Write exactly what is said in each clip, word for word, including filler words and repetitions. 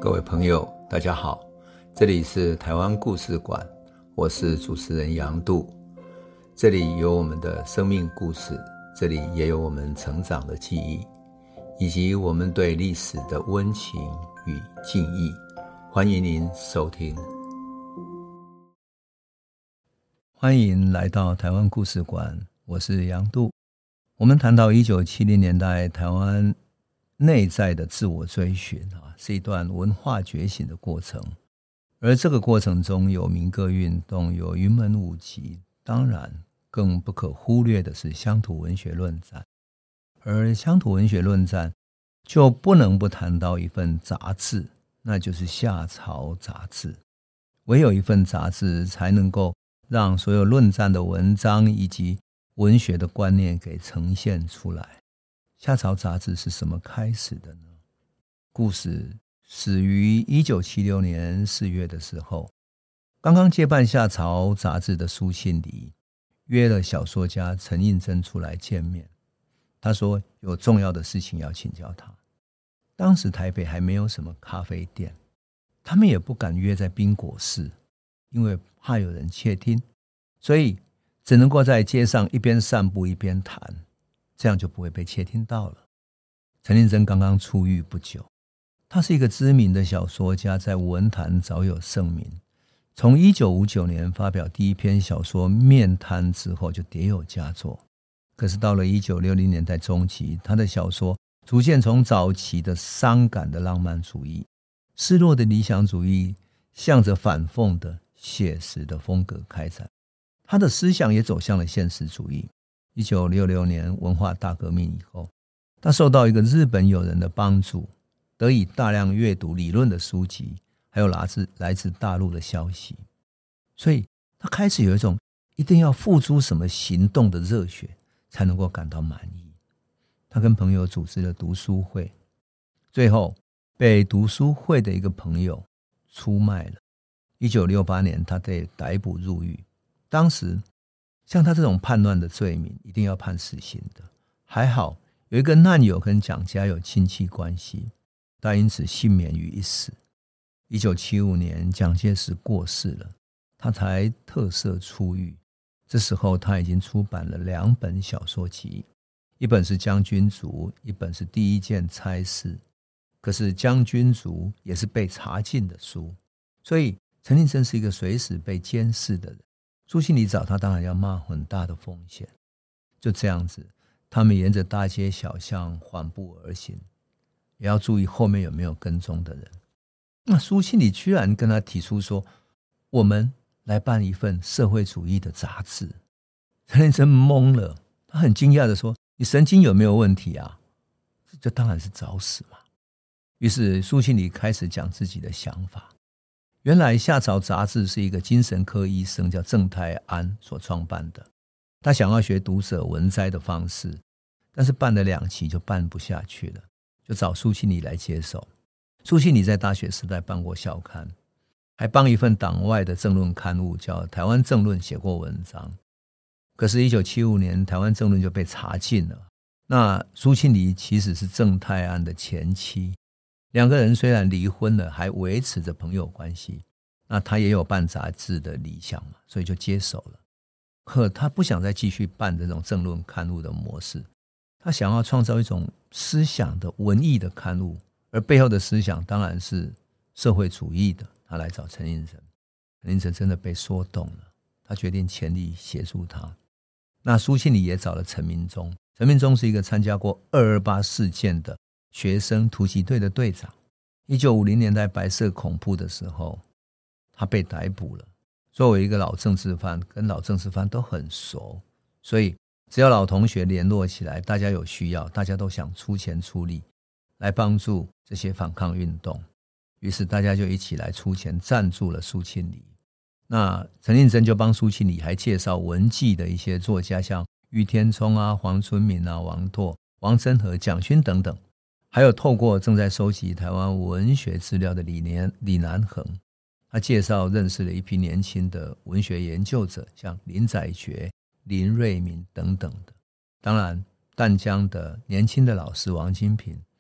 各位朋友大家好，这里是台湾故事馆，我是主持人杨度。这里有我们的生命故事，这里也有我们成长的记忆，以及我们对历史的温情与敬意。欢迎您收听。欢迎来到台湾故事馆，我是杨度。我们谈到一九七零年代台湾内在的自我追寻，是一段文化觉醒的过程，而这个过程中有民歌运动，有云门舞集，当然更不可忽略的是乡土文学论战。而乡土文学论战就不能不谈到一份杂志，那就是夏潮杂志。唯有一份杂志才能够让所有论战的文章以及文学的观念给呈现出来。夏潮杂志是什么开始的呢？故事始于一九七六年四月的时候，刚刚接办夏潮杂志的苏庆礼约了小说家陈映真出来见面。他说有重要的事情要请教他。当时台北还没有什么咖啡店，他们也不敢约在冰果室，因为怕有人窃听，所以只能够在街上一边散步一边谈，这样就不会被窃听到了。陈映真刚刚出狱不久，他是一个知名的小说家，在文坛早有盛名。从一九五九年发表第一篇小说《面瘫》之后就迭有佳作。可是到了一九六零年代中期，他的小说逐渐从早期的伤感的浪漫主义、失落的理想主义，向着反讽的写实的风格开展。他的思想也走向了现实主义。一九六六年文化大革命以后，他受到一个日本友人的帮助，得以大量阅读理论的书籍，还有来自来自大陆的消息，所以他开始有一种一定要付诸什么行动的热血，才能够感到满意。他跟朋友组织了读书会，最后被读书会的一个朋友出卖了。一九六八年他被逮捕入狱，当时像他这种叛乱的罪名一定要判死刑的，还好有一个难友跟蒋家有亲戚关系，他因此幸免于一死。一九七五年蒋介石过世了，他才特赦出狱。这时候他已经出版了两本小说集，一本是《将军族》，一本是《第一件差事》。可是《将军族》也是被查禁的书，所以陈映真是一个随时被监视的人。苏庆礼找他当然要冒很大的风险。就这样子，他们沿着大街小巷缓步而行，也要注意后面有没有跟踪的人。那苏庆礼居然跟他提出说，我们来办一份社会主义的杂志。陈映真懵了，他很惊讶的说，你神经有没有问题啊？这当然是找死嘛。于是苏庆礼开始讲自己的想法。原来夏潮杂志是一个精神科医生叫郑泰安所创办的，他想要学读者文摘的方式，但是办了两期就办不下去了，就找苏庆礼来接手。苏庆礼在大学时代办过校刊，还帮一份党外的政论刊物叫《台湾政论》写过文章。可是一九七五年台湾政论就被查禁了。那苏庆礼其实是郑泰安的前妻，两个人虽然离婚了，还维持着朋友关系。那他也有办杂志的理想嘛，所以就接手了。可他不想再继续办这种政论刊物的模式，他想要创造一种思想的文艺的刊物，而背后的思想当然是社会主义的。他来找陈映真，陈映真真的被说动了，他决定全力协助他。那苏庆礼也找了陈明忠，陈明忠是一个参加过二二八事件的学生突击队的队长。一九五零年代白色恐怖的时候，他被逮捕了。作为一个老政治犯，跟老政治犯都很熟，所以只要老同学联络起来，大家有需要，大家都想出钱出力来帮助这些反抗运动。于是大家就一起来出钱赞助了苏庆礼。那陈映真就帮苏庆礼还介绍文纪的一些作家，像郁天聪啊、黄春明啊、王拓、王真和、蒋勋等等，还有透过正在收集台湾文学资料的李年李南恒，他介绍认识了一批年轻的文学研究者，像林载觉、林瑞明等等的。当然淡江的年轻的老师王金平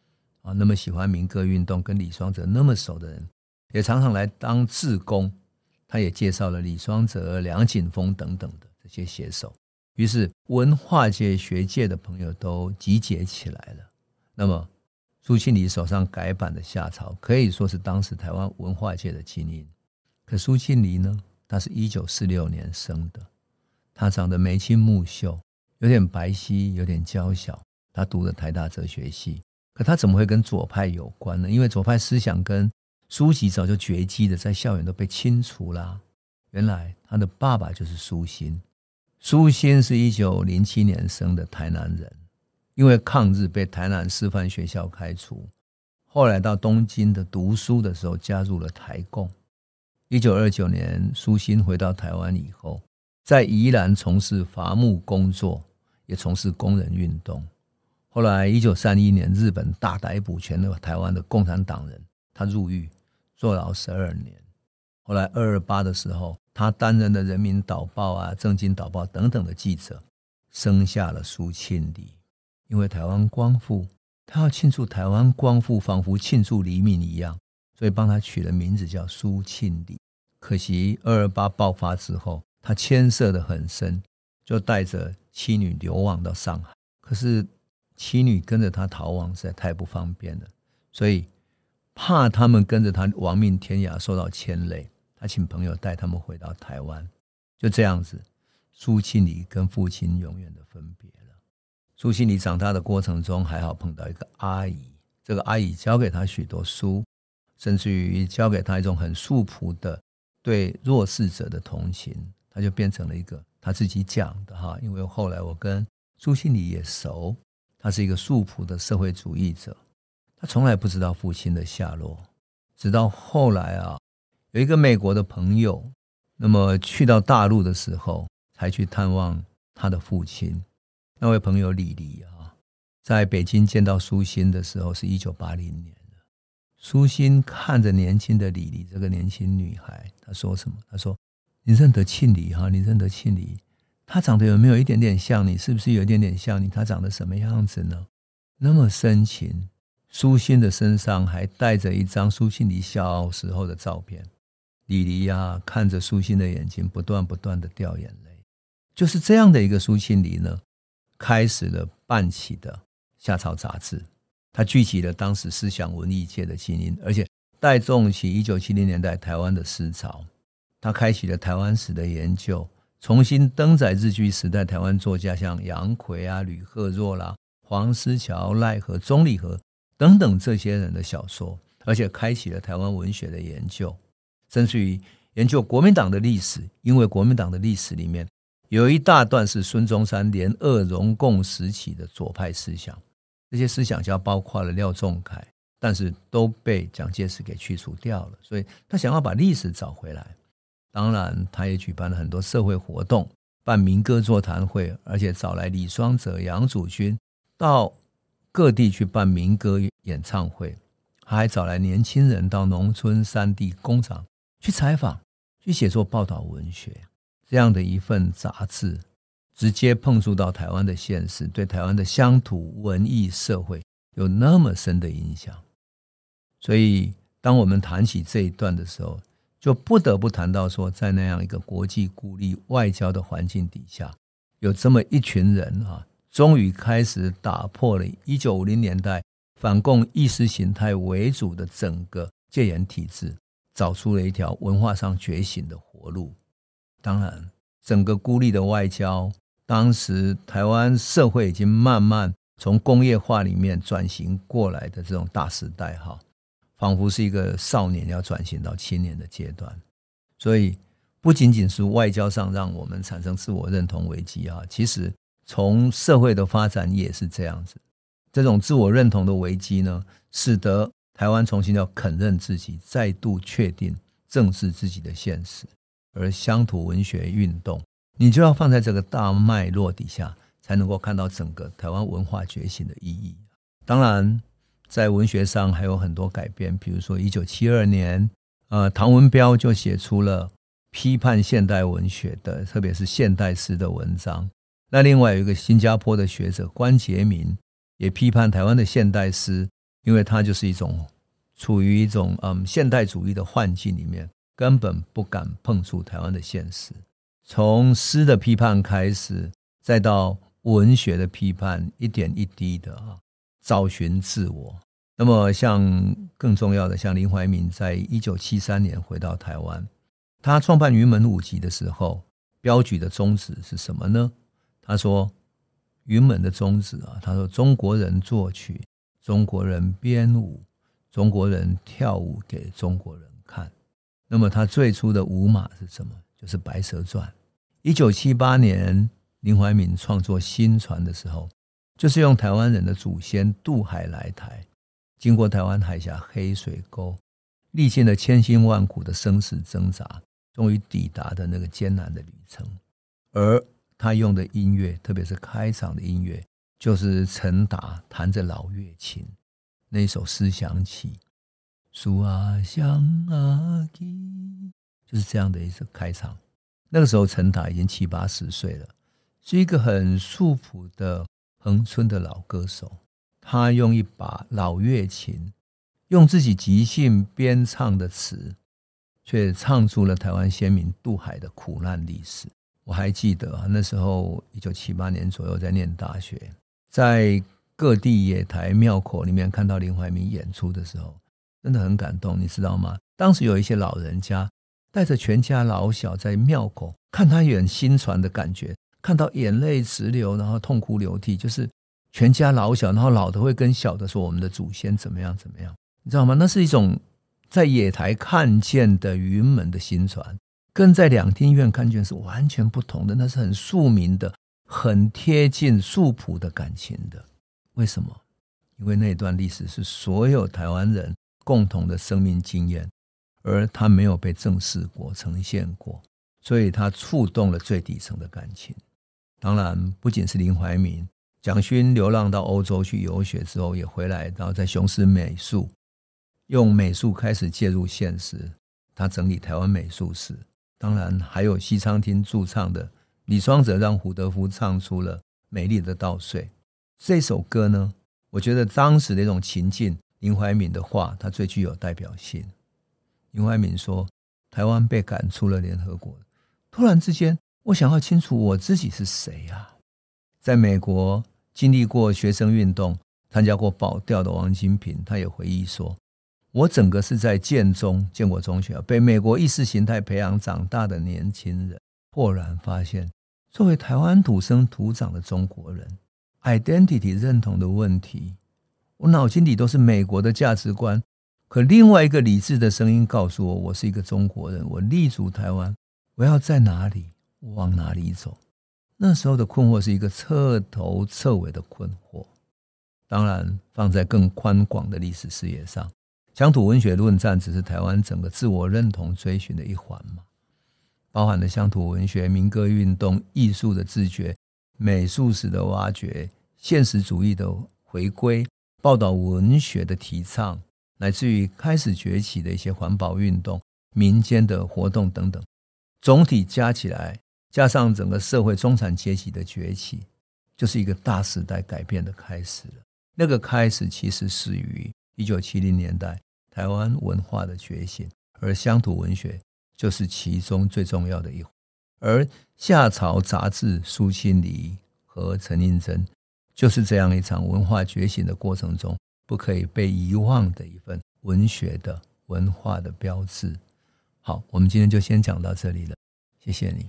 啊，那么喜欢民歌运动，跟李双泽那么熟的人，也常常来当志工。他也介绍了李双泽、梁锦峰等等的这些写手，于是文化界、学界的朋友都集结起来了。那么苏庆礼手上改版的夏草可以说是当时台湾文化界的精英。可苏庆礼呢，他是一九四六年生的，他长得眉清目秀，有点白皙，有点娇小。他读了台大哲学系，可他怎么会跟左派有关呢？因为左派思想跟书籍早就绝迹的，在校园都被清除啦。原来他的爸爸就是苏辛，苏辛是一九零七年生的台南人，因为抗日被台南师范学校开除，后来到东京的读书的时候加入了台共。一九二九年苏辛回到台湾以后，在宜兰从事伐木工作，也从事工人运动。后来一九三一年日本大逮捕全台湾的共产党人，他入狱坐牢十二年。后来二二八的时候，他担任了人民导报啊、正经导报等等的记者，生下了苏庆礼。因为台湾光复，他要庆祝台湾光复，仿佛庆祝黎明一样，所以帮他取了名字叫苏庆礼。可惜二二八爆发之后，他牵涉得很深，就带着妻女流亡到上海。可是妻女跟着他逃亡实在太不方便了，所以怕他们跟着他亡命天涯受到牵累，他请朋友带他们回到台湾。就这样子，苏庆礼跟父亲永远的分别了。苏庆礼长大的过程中，还好碰到一个阿姨，这个阿姨教给他许多书，甚至于教给他一种很素朴的对弱势者的同情，他就变成了一个他自己讲的哈，因为后来我跟苏庆礼也熟，他是一个素朴的社会主义者，他从来不知道父亲的下落，直到后来啊，有一个美国的朋友，那么去到大陆的时候，才去探望他的父亲。那位朋友李黎啊，在北京见到苏辛的时候是一九八零年了。苏辛看着年轻的李黎这个年轻女孩，他说什么？他说：“你认得庆礼哈？你认得庆礼？他长得有没有一点点像你？是不是有一点点像你？他长得什么样子呢？”那么深情。苏辛的身上还带着一张苏庆礼小时候的照片。李黎啊，看着苏辛的眼睛，不断不断的掉眼泪。就是这样的一个苏庆礼呢，开始了办起的夏草杂志。他聚集了当时思想文艺界的精英，而且带动起一九七零年代台湾的思潮。他开启了台湾史的研究，重新登载日据时代台湾作家像杨逵啊、吕赫若啦、黄思乔、赖和、钟理和等等这些人的小说，而且开启了台湾文学的研究，甚至于研究国民党的历史。因为国民党的历史里面有一大段是孙中山联俄容共时期的左派思想，这些思想家包括了廖仲恺，但是都被蒋介石给去除掉了，所以他想要把历史找回来。当然他也举办了很多社会活动，办民歌座谈会，而且找来李双泽、杨祖君到各地去办民歌演唱会。他还找来年轻人到农村山地工厂去采访，去写作报道文学。这样的一份杂志直接碰触到台湾的现实，对台湾的乡土文艺社会有那么深的影响。所以当我们谈起这一段的时候，就不得不谈到说，在那样一个国际孤立外交的环境底下，有这么一群人啊，终于开始打破了一九五零年代反共意识形态为主的整个戒严体制，找出了一条文化上觉醒的活路。当然整个孤立的外交，当时台湾社会已经慢慢从工业化里面转型过来的这种大时代哈，仿佛是一个少年要转型到青年的阶段。所以不仅仅是外交上让我们产生自我认同危机啊，其实从社会的发展也是这样子。这种自我认同的危机呢，使得台湾重新要肯认自己，再度确定正视自己的现实。而乡土文学运动，你就要放在这个大脉络底下，才能够看到整个台湾文化觉醒的意义。当然在文学上还有很多改变，比如说一九七二年呃，唐文标就写出了批判现代文学的，特别是现代诗的文章。那另外有一个新加坡的学者关杰明也批判台湾的现代诗因为它就是一种处于一种嗯现代主义的幻境里面，根本不敢碰触台湾的现实。从诗的批判开始，再到文学的批判，一点一滴的啊找寻自我。那么像更重要的，像林怀民在一九七三年回到台湾，他创办云门舞集的时候，标举的宗旨是什么呢？他说云门的宗旨啊，他说中国人作曲，中国人编舞，中国人跳舞给中国人看。那么他最初的舞码是什么？就是《白蛇传》。一九七八年林怀民创作新传的时候，就是用台湾人的祖先渡海来台，经过台湾海峡黑水沟，历尽了千辛万苦的生死挣扎，终于抵达的那个艰难的旅程。而他用的音乐，特别是开场的音乐，就是陈达弹着老乐琴那一首《思想起》，树啊香啊基，就是这样的一首开场。那个时候陈达已经七八十岁了，是一个很素朴的恒春的老歌手。他用一把老乐琴，用自己即兴编唱的词，却唱出了台湾先民渡海的苦难历史。我还记得、啊、那时候一九七八年左右在念大学，在各地野台庙口里面看到林怀民演出的时候，真的很感动，你知道吗？当时有一些老人家带着全家老小在庙口看他演新传的感觉，看到眼泪直流，然后痛哭流涕，就是全家老小，然后老的会跟小的说我们的祖先怎么样怎么样，你知道吗？那是一种在野台看见的云门的新传，跟在两厅院看见是完全不同的，那是很庶民的，很贴近素朴的感情的。为什么？因为那段历史是所有台湾人共同的生命经验，而它没有被正视过呈现过，所以它触动了最底层的感情。当然不仅是林怀民，蒋勋流浪到欧洲去游学之后也回来，然后在雄狮美术用美术开始介入现实，他整理台湾美术史。当然还有西昌厅驻唱的李双泽让胡德夫唱出了美丽的稻穗。这首歌呢，我觉得当时的一种情境，林怀民的话它最具有代表性。林怀民说台湾被赶出了联合国，突然之间我想要清楚我自己是谁啊。在美国经历过学生运动，参加过保钓的王金平，他也回忆说，我整个是在建中建国中学被美国意识形态培养长大的年轻人，豁然发现作为台湾土生土长的中国人， identity 认同的问题，我脑筋里都是美国的价值观，可另外一个理智的声音告诉我，我是一个中国人，我立足台湾，我要在哪里，我往哪里走。那时候的困惑是一个彻头彻尾的困惑。当然放在更宽广的历史视野上，乡土文学论战只是台湾整个自我认同追寻的一环嘛，包含了乡土文学、民歌运动、艺术的自觉、美术史的挖掘、现实主义的回归、报道文学的提倡，乃至于开始崛起的一些环保运动、民间的活动等等，总体加起来，加上整个社会中产阶级的崛起，就是一个大时代改变的开始了。那个开始其实始于一九七零年代台湾文化的觉醒，而乡土文学就是其中最重要的一环。而夏潮杂志苏清黎和陈映真，就是这样一场文化觉醒的过程中不可以被遗忘的一份文学的文化的标志。好，我们今天就先讲到这里了，谢谢你。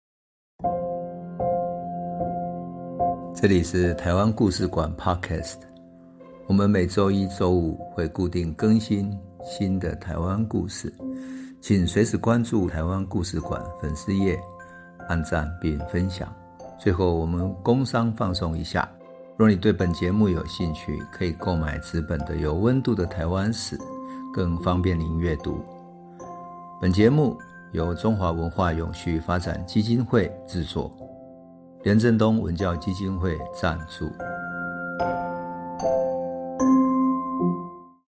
这里是台湾故事馆 Podcast， 我们每周一周五会固定更新新的台湾故事，请随时关注台湾故事馆粉丝页，按赞并分享。最后我们工商放送一下，若你对本节目有兴趣，可以购买纸本的有温度的台湾史，更方便您阅读。本节目由中华文化永续发展基金会制作，连震东文教基金会赞助。